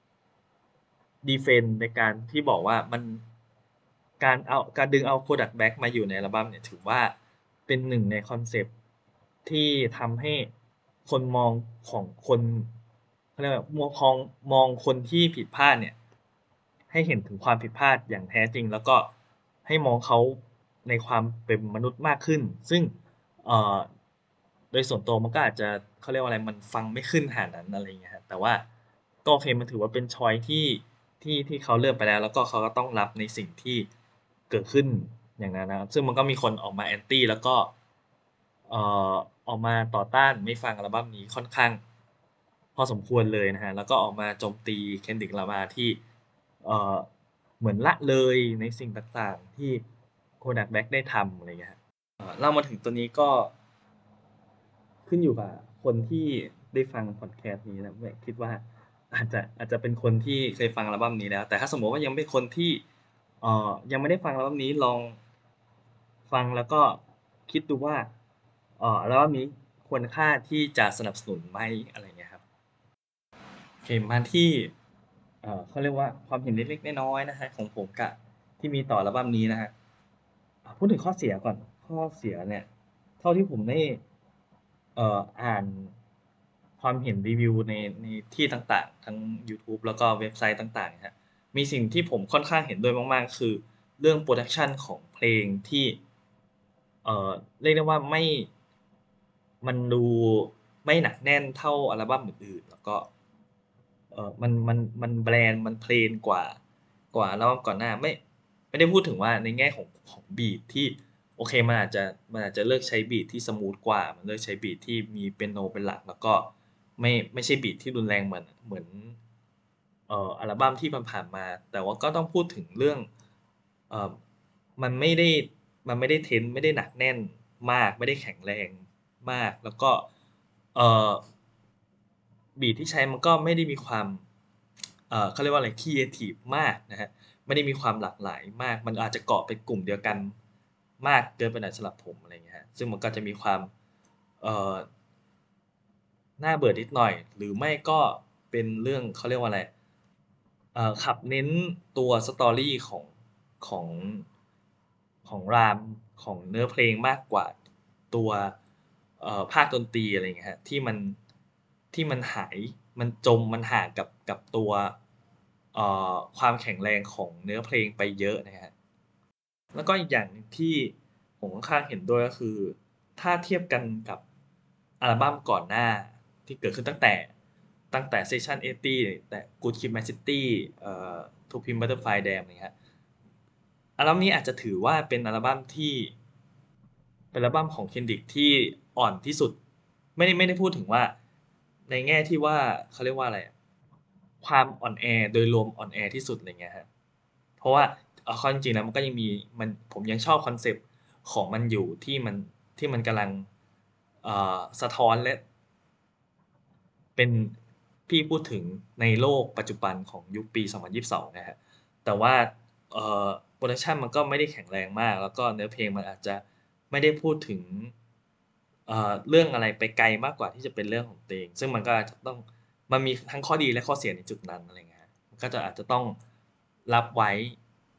defend ในการที่บอกว่า มัน การเอา การดึงเอา Kodak Black มาอยู่ในอัลบัมเนี่ย ถือว่าเป็นหนึ่งในคอนเซปต์ที่ทำให้คนมองของคน เขาเรียกว่า มัวพอง มองคนที่ผิดพลาดเนี่ย ให้เห็นถึงความผิดพลาดอย่างแท้จริง แล้วก็ให้มองเขาในความเป็นมนุษย์มากขึ้น ซึ่ง เอ่อ โดยส่วนตัวมันก็อาจจะ เขาเรียกว่าอะไร มันฟังไม่ขึ้นขนาดนั้น อะไรเงี้ยครับ แต่ว่าก็โอเค มันถือว่าเป็น ชอยซ์ ที่ ที่ ที่เขาเลือกไปแล้ว แล้วก็เขาก็ต้องรับในสิ่งที่เกิดขึ้นอย่างนั้นนะครับ ซึ่งมันก็มีคนออกมา Anti แล้วก็ เอ่อ ออกมาต่อต้านไม่ฟังอัลบัมนี้ค่อนข้างพอสมควรเลยนะครับ แล้วก็ออกมาโจมตี Kendrick Lamar ที่ เอ่อ เหมือนละเลยในสิ่งต่าง ๆ ที่ Kodak Black ได้ทำ อะไรเงี้ยครับ เอ่อ เล่ามาถึงตรงนี้ก็ ขึ้นอยู่กับคนที่ได้ฟังพอดแคสต์นี้นะ แบบคิดว่าอาจจะ อาจจะเป็นคนที่เคยฟังอัลบัมนี้แล้ว แต่ถ้าสมมุติว่ายังเป็นคนที่ เอ่อ ยังไม่ได้ฟังอัลบัมนี้ ลอง ฟังแล้วก็คิดดูว่า เอ่อ อัลบัมนี้ควรค่าที่จะสนับสนุนไหม อะไรเงี้ยครับ โอเค มาที่ เอ่อ เขาเรียกว่าความเห็นเล็ก ๆ น้อย ๆ นะครับของผมกับ ที่มีต่ออัลบัมนี้นะครับ อ่า พูดถึงข้อเสียก่อน ข้อเสียเนี่ย เท่าที่ผมได้ เอ่อ อ่านความเห็นรีวิวใน ในที่ต่าง ๆ ทั้งยูทูบ แล้วก็เว็บไซต์ต่าง ๆ นะครับ มีสิ่งที่ผมค่อนข้างเห็นด้วยมาก ๆ คือเรื่อง โพรดักชัน ของเพลงที่ เอ่อ เรียกได้ว่าไม่ มันดูไม่หนักแน่นเท่าอัลบัมอื่น ๆ แล้วก็ เอ่อ มัน มัน มันแบรนด์ มันเพลนกว่า กว่าอัลบัมก่อนหน้า ไม่ ไม่ได้พูดถึงว่าในแง่ของ ของบีตที่ โอเค มันอาจจะ มันอาจจะเลือกใช้บีตที่สมูทกว่า มันเลือกใช้บีตที่มีเปียโนเป็นหลัก แล้วก็ไม่ ไม่ใช่บีตที่รุนแรงเหมือน เหมือน เอ่อ อัลบัมที่ผ่าน ๆ มา แต่ว่าก็ต้องพูดถึงเรื่อง เอ่อ มันไม่ได้ มันไม่ได้ Tense ไม่ได้หนักแน่นมาก ไม่ได้แข็งแรงมาก แล้วก็ เอ่อ บีตที่ใช้มันก็ไม่ได้มีความ เอ่อ เขาเรียกว่าอะไร ครีเอทิฟมากนะครับ ไม่ได้มีความหลากหลายมาก มันอาจจะเกาะเป็นกลุ่มเดียวกันมากเกินไปหน่อยสำหรับผม อะไรเงี้ยครับ ซึ่งมันก็จะมีความ เอ่อ น่าเบื่อนิดหน่อย หรือไม่ก็เป็นเรื่อง เขาเรียกว่าอะไร เอ่อ ขับเน้นตัว Story ของ ของ ของราม ของเนื้อเพลงมากกว่าตัว เอ่อ ภาคดนตรี อะไรเงี้ยครับ ที่มัน ที่มันหาย มันจม มันห่างกับ กับตัว เอ่อ ความแข็งแรงของเนื้อเพลงไปเยอะนะครับ แล้วก็อีกอย่างหนึ่งที่ผมค่อนข้างเห็นด้วย ก็คือถ้าเทียบกันกับอัลบัมก่อนหน้าที่เกิดขึ้นตั้งแต่ ตั้งแต่ Section แปดสิบ แต่ Good Kid, Mad City เอ่อ To Pimp a Butterfly อย่างเงี้ยครับ อัลบัมนี้อาจจะถือว่าเป็นอัลบัมที่ เป็นอัลบัมของ Kendrick ที่อ่อนที่สุด ไม่ได้ ไม่ได้พูดถึงว่า ในแง่ที่ว่า เขาเรียกว่าอะไรอะ ความอ่อนแอ โดยรวมอ่อนแอที่สุด อะไรเงี้ยครับ เพราะว่าเอาเข้าจริง ๆ แล้วมันก็ยังมี มัน ผมยังชอบคอนเซปต์ของมันอยู่ ที่มัน ที่มันกำลัง เอ่อ สะท้อนและ เป็น ที่พูดถึงในโลกปัจจุบันของยุคปี สองพันยี่สิบสอง นะครับ แต่ว่า เอ่อ โพรดักชัน มันก็ไม่ได้แข็งแรงมาก แล้วก็เนื้อเพลงมันอาจจะไม่ได้พูดถึง เอ่อ เรื่องอะไรไปไกลมากกว่าที่จะเป็นเรื่องของเพลง ซึ่งมันก็อาจจะต้อง มันมีทั้งข้อดีและข้อเสียในจุดนั้น อะไรเงี้ยครับ ก็จะ อาจจะต้องรับไว้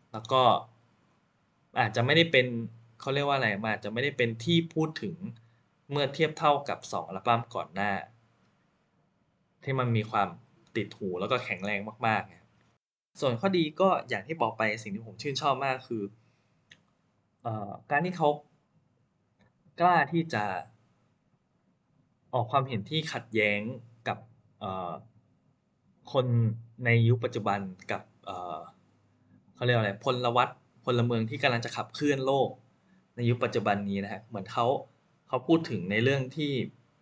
แล้วก็อาจจะไม่ได้เป็นเขาเรียกว่าอะไรมันอาจจะไม่ได้เป็นที่พูดถึงเมื่อเทียบเท่ากับสองอัลบัมก่อนหน้าที่มันมีความติดหูแล้วก็แข็งแรงมากๆนะครับส่วนข้อดีก็อย่างที่บอกไปสิ่งที่ผมชื่นชอบมากคือเอ่อการที่เขากล้าที่จะออกความเห็นที่ขัดแย้งกับเอ่อคนในยุคปัจจุบันกับเอ่อเขาเรียกว่าอะไรพลวัตพลเมืองที่กำลังจะขับเคลื่อนโลกในยุคปัจจุบันนี้นะฮะเหมือนเขาเขาพูดถึงในเรื่องที่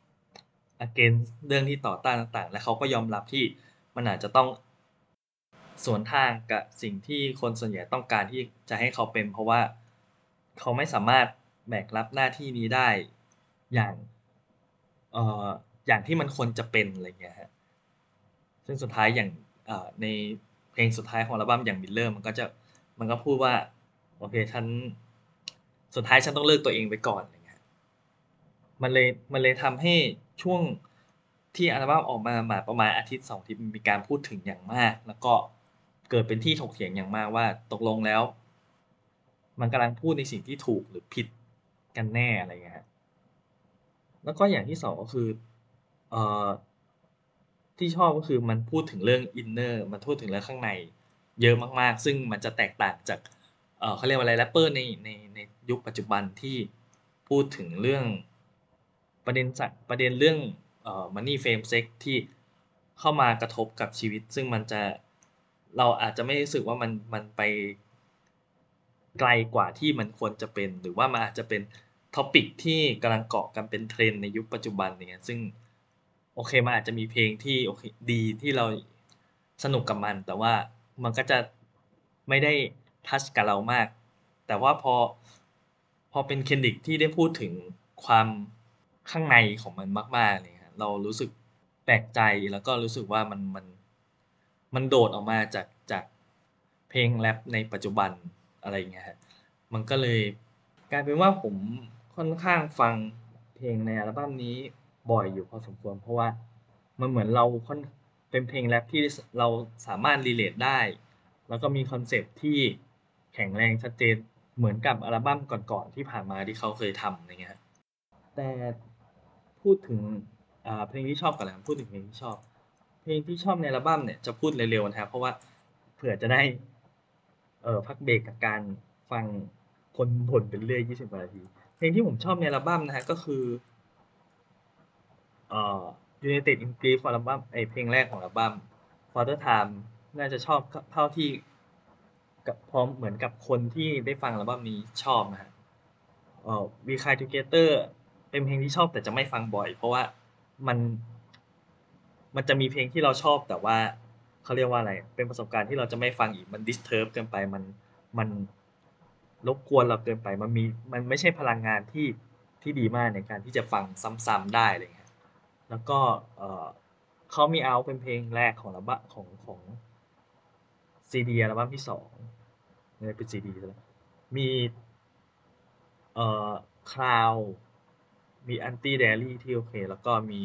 against เรื่องที่ต่อต้านต่างๆและเขาก็ยอมรับที่มันอาจจะต้องสวนทางกับสิ่งที่คนส่วนใหญ่ต้องการที่จะให้เขาเป็นเพราะว่าเขาไม่สามารถแบกรับหน้าที่นี้ได้อย่างเอ่ออย่างที่มันควรจะเป็นอะไรเงี้ยฮะซึ่งสุดท้ายอย่างเอ่อในเพลงสุดท้ายของอัลบั้มอย่าง Miller มันก็จะมันก็พูดว่าโอเคฉันสุดท้ายฉันต้องเลิกตัวเองไปก่อนอะไรเงี้ย มันเลยมันเลยทำให้ช่วงที่อัลบั้มออกมามาประมาณอาทิตย์สองอาทิตย์มันมีการพูดถึงอย่างมากแล้วก็เกิดเป็นที่ถกเถียงอย่างมากว่าตกลงแล้วมันกำลังพูดในสิ่งที่ถูกหรือผิดกันแน่อะไรเงี้ยฮะแล้วก็อย่างที่สองก็คือเอ่อที่ชอบก็คือมันพูดถึงเรื่องอินเนอร์มันพูดถึงเรื่องข้างในเยอะมากๆซึ่งมันจะแตกต่างจากเอ่อเขาเรียกว่าอะไรแรปเปอร์ในในในยุคปัจจุบันที่พูดถึงเรื่อง ประเด็นสักประเด็นเรื่องเอ่อ Money Fame Sex ที่เข้ามากระทบกับชีวิตซึ่งมันจะเราอาจจะไม่รู้สึกว่ามันมันไปไกลกว่าที่มันควรจะเป็นหรือว่ามันอาจจะเป็น topic ที่กำลังเกาะกันเป็น trend ในยุคปัจจุบันอย่างเงี้ยซึ่งโอเคมันอาจจะมีเพลงที่โอเคดีที่เราสนุกกับมันแต่ว่ามันก็จะไม่ได้ทัชกับเรามากแต่ว่าพอพอเป็น Kendrick ที่ได้พูดถึงความข้างในของมันมากๆอะไรเงี้ยเรารู้สึกแปลกใจแล้วก็รู้สึกว่ามันมันมันโดดออกมาจากจากเพลงแรปในปัจจุบันอะไรอย่างเงี้ยครับมันก็เลยกลายเป็นว่าผมค่อนข้างฟังเพลงในอัลบั้มนี้บ่อยอยู่พอสมควรเพราะว่ามันเหมือนเราค่อนเป็นเพลงแรปที่สเราสามารถ relate ได้แล้วก็มีคอนเซปต์ที่แข็งแรงชัดเจนเหมือนกับอัลบั้มก่อนๆที่ผ่านมาที่เขาเคยทำอะไรเงี้ยครับ แต่พูดถึงอ่าเพลงที่ชอบก่อนแล้วกันพูดถึงเพลงที่ชอบเพลงที่ชอบในอัลบั้มเนี่ยจะพูดเร็วๆนะครับเพราะว่าเผื่อจะได้เอ่อพักเบรกกับการฟังคนบ่นไปเรื่อยยี่สิบกว่านาทีเพลงที่ผมชอบในอัลบั้มนะครับก็คือเอ่อ United in Grief อัลบั้มไอ้เพลงแรกของอัลบั้ม Father Time น่าจะชอบเท่าที่กับพร้อมเหมือนกับคนที่ได้ฟังอัลบั้มนี้ชอบนะครับ เอ่อ We Cry Together เป็นเพลงที่ชอบแต่จะไม่ฟังบ่อยเพราะว่ามันมันจะมีเพลงที่เราชอบแต่ว่าเขาเรียกว่าอะไรเป็นประสบการณ์ที่เราจะไม่ฟังอีกมัน disturb เกินไปมันมันรบกวนเราเกินไปมันมีมันไม่ใช่พลังงานที่ที่ดีมากในการที่จะฟังซ้ำๆได้อะไรเงี้ยแล้วก็เอ่อ Call Me Out เป็นเพลงแรกของอัลบั้มของของซีดีอัลบั้มที่สองไม่ได้เป็นซีดีซะแล้วมี เอ่อ Cloud มี Anti Diary ที่โอเคแล้วก็มี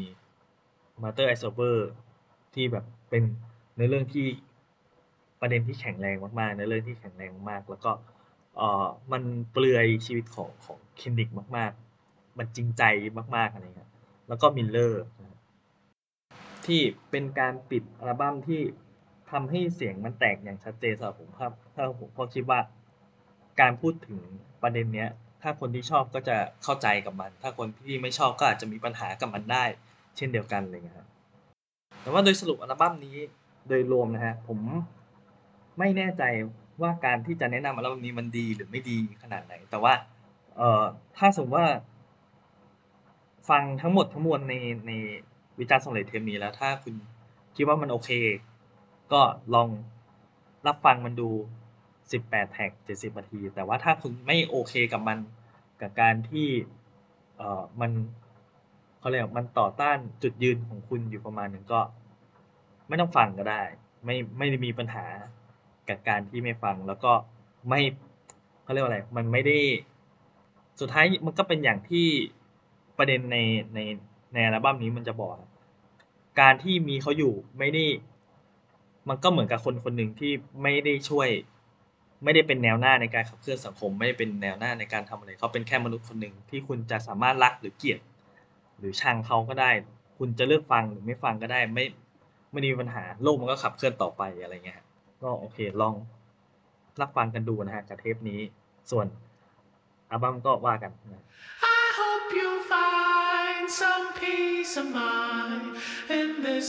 Mother I Survivor ที่แบบเป็นเนื้อเรื่องที่ประเด็นที่แข็งแรงมากๆเนื้อเรื่องที่แข็งแรงมากๆแล้วก็เอ่อมันเปลือยชีวิตของของ Kendrick มากๆมันจริงใจมากๆอะไรเงี้ยแล้วก็ Miller ที่เป็นการปิดอัลบั้มที่ทำให้เสียงมันแตกอย่างชัดเจนสำหรับผมครับถ้าผมเพราะคิดว่าการพูดถึงประเด็นเนี้ยถ้าคนที่ชอบก็จะเข้าใจกับมันถ้าคนที่ไม่ชอบก็อาจจะมีปัญหากับมันได้เช่นเดียวกันอะไรเงี้ยครับแต่ว่าโดยสรุปอัลบั้มนี้โดยรวมนะฮะผมไม่แน่ใจว่าการที่จะแนะนำอัลบั้มนี้มันดีหรือไม่ดีขนาดไหนแต่ว่าเอ่อถ้าสมมติว่า ฟังทั้งหมดทั้งมวลในในวิจารณ์ส่งเลทเทปนี้แล้วถ้าคุณคิดว่ามันโอเคก็ลองรับฟังมันดูสิบแปดแท็กเจ็ดสิบนาทีแต่ว่าถ้าคุณไม่โอเคกับมันกับการที่เอ่อมันเขาเรียกมันต่อต้านจุดยืนของคุณอยู่ประมาณหนึ่งก็ไม่ต้องฟังก็ได้ไม่ไม่ได้มีปัญหากับการที่ไม่ฟังแล้วก็ไม่เขาเรียกว่าอะไรมันไม่ได้ สุดท้ายมันก็เป็นอย่างที่ประเด็นในในในอัลบั้มนี้มันจะบอกครับการที่มีเขาอยู่ไม่ได้มันก็เหมือนกับคนคนหนึ่งที่ไม่ได้ช่วยไม่ได้เป็นแนวหน้าในการขับเคลื่อนสังคมไม่ได้เป็นแนวหน้าในการทำอะไรเขาเป็นแค่มนุษย์คนหนึ่งที่คุณจะสามารถรักหรือเกลียดหรือชังเขาก็ได้คุณจะเลือกฟังหรือไม่ฟังก็ได้ไม่ไม่มีปัญหาโลกมันก็ขับเคลื่อนต่อไปอะไรเงี้ยก็โอเคลองรับฟังกันดูนะฮะกับเทปนี้ส่วนอัลบั้มก็ว่ากันนะ I hope you find some peace of mind in this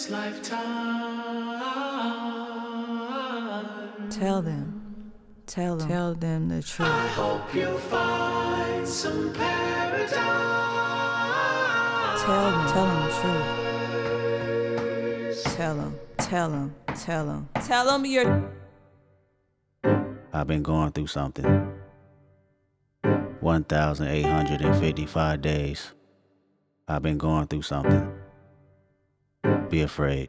lifetime. Tell them, tell them, tell them the truth. I hope you find some paradise. Tell them, tell them the truth. Tell them, tell them, tell them, tell them you're. I've been going through something. one thousand eight hundred fifty-five days. I've been going through something. Be afraid.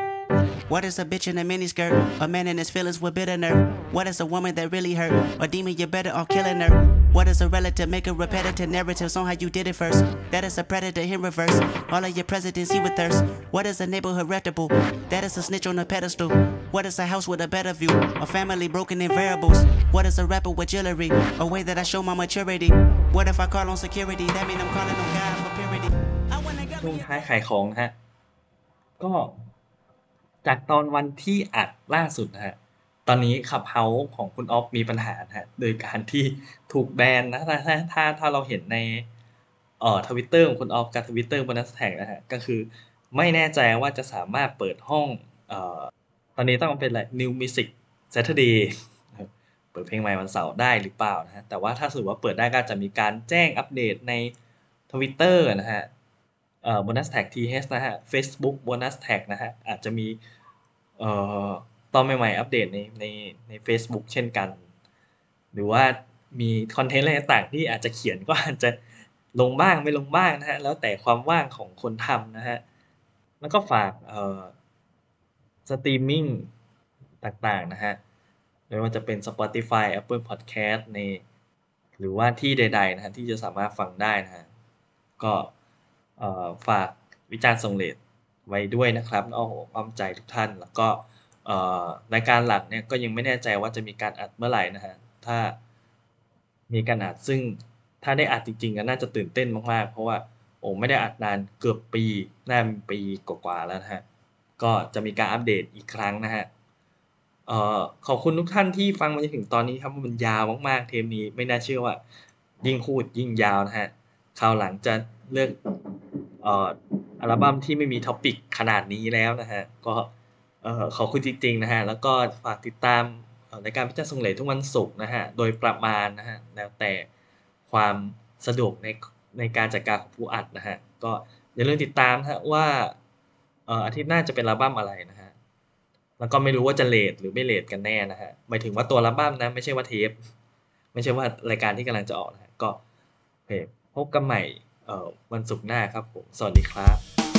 What is a bitch in a miniskirt? A man in his feelings with bitter nerve. What is a woman that really hurt? A demon, you're better off killing her. What is a relative? Make a repetitive narratives on how you did it first. That is a predator in reverse. All of your presidents, he with thirst. What is a neighborhood reputable? That is a snitch on a pedestal. What is a house with a better view? A family broken in variables. What is a rapper with jewelry? A way that I show my maturity. What if I call on security? That mean I'm calling on God for purity. I wanna get ช่วงท้ายขายของนะฮะก็จากตอนวันที่อัดล่าสุดนะฮะตอนนี้ขับเฮาส์ของคุณออฟมีปัญหานะฮะโดยการที่ถูกแบนนะถ้าถ้าถ้าถ้าเราเห็นในเอ่อทวิตเตอร์ของคุณออฟกับทวิตเตอร์บนนัสแท็กนะฮะก็คือไม่แน่ใจว่าจะสามารถเปิดห้องเอ่อตอนนี้ต้องเป็นอะไร New Music Saturday เปิดเพลงใหม่วันเสาร์ได้หรือเปล่านะฮะแต่ว่าถ้าสมมติว่าเปิดได้ก็จะมีการแจ้งอัปเดตใน Twitter นะฮะเอ่อ bonus tag ที เอช นะฮะ Facebook bonus tag นะฮะอาจจะมีเอ่อตอนใหม่ๆอัปเดตในในใน Facebook เช่นกันหรือว่ามีคอนเทนต์อะไรต่างๆที่อาจจะเขียนก็อาจจะลงบ้างไม่ลงบ้างนะฮะแล้วแต่ความว่างของคนทำนะฮะแล้วก็ฝากเอ่อสตรีมมิ่งต่างๆนะฮะไม่ว่าจะเป็น Spotify Apple Podcast ในหรือว่าที่ใดๆนะฮะที่จะสามารถฟังได้นะฮะก็เอ่อฝากวิจารณ์ส่งเรทไว้ด้วยนะครับอ้ออ้อมใจทุกท่านแล้วก็เอ่อรายการหลักเนี่ยก็ยังไม่แน่ใจว่าจะมีการอัดเมื่อไหร่นะฮะถ้ามีการอัดซึ่งถ้าได้อัดจริงๆก็น่าจะตื่นเต้นมากๆเพราะว่าโอ้ไม่ได้อัดนานเกือบปีน่าปีกว่าๆแล้วนะฮะก็จะมีการอัปเดตอีกครั้งนะฮะเอ่อขอบคุณทุกท่านที่ฟังมาจนถึงตอนนี้ครับมันยาวมากๆเทปนี้ไม่น่าเชื่อว่ายิ่งพูดยิ่งยาวนะฮะคราวหลังจะเลือกเอ่ออัลบั้มที่ไม่มีท็อปิกขนาดนี้แล้วนะฮะก็เอ่อขอบคุณจริงๆนะฮะแล้วก็ฝากติดตามรายการพิจารณ์ทรงเหลทุกวันศุกร์นะฮะโดยประมาณนะฮะแล้วแต่ความสะดวกในในการจัดการของผู้อัดนะฮะก็อย่าลืมติดตามนะฮะว่าเอ่ออาทิตย์หน้าจะเป็นอัลบั้มอะไรนะฮะแล้วก็ไม่รู้ว่าจะเรทหรือไม่เรทกันแน่นะฮะหมายถึงว่าตัวอัลบั้มนะไม่ใช่ว่าเทปไม่ใช่ว่ารายการที่กำลังจะออกนะฮะก็โอเคพบกันใหม่เอ่อวันศุกร์หน้าครับผมสวัสดีครับ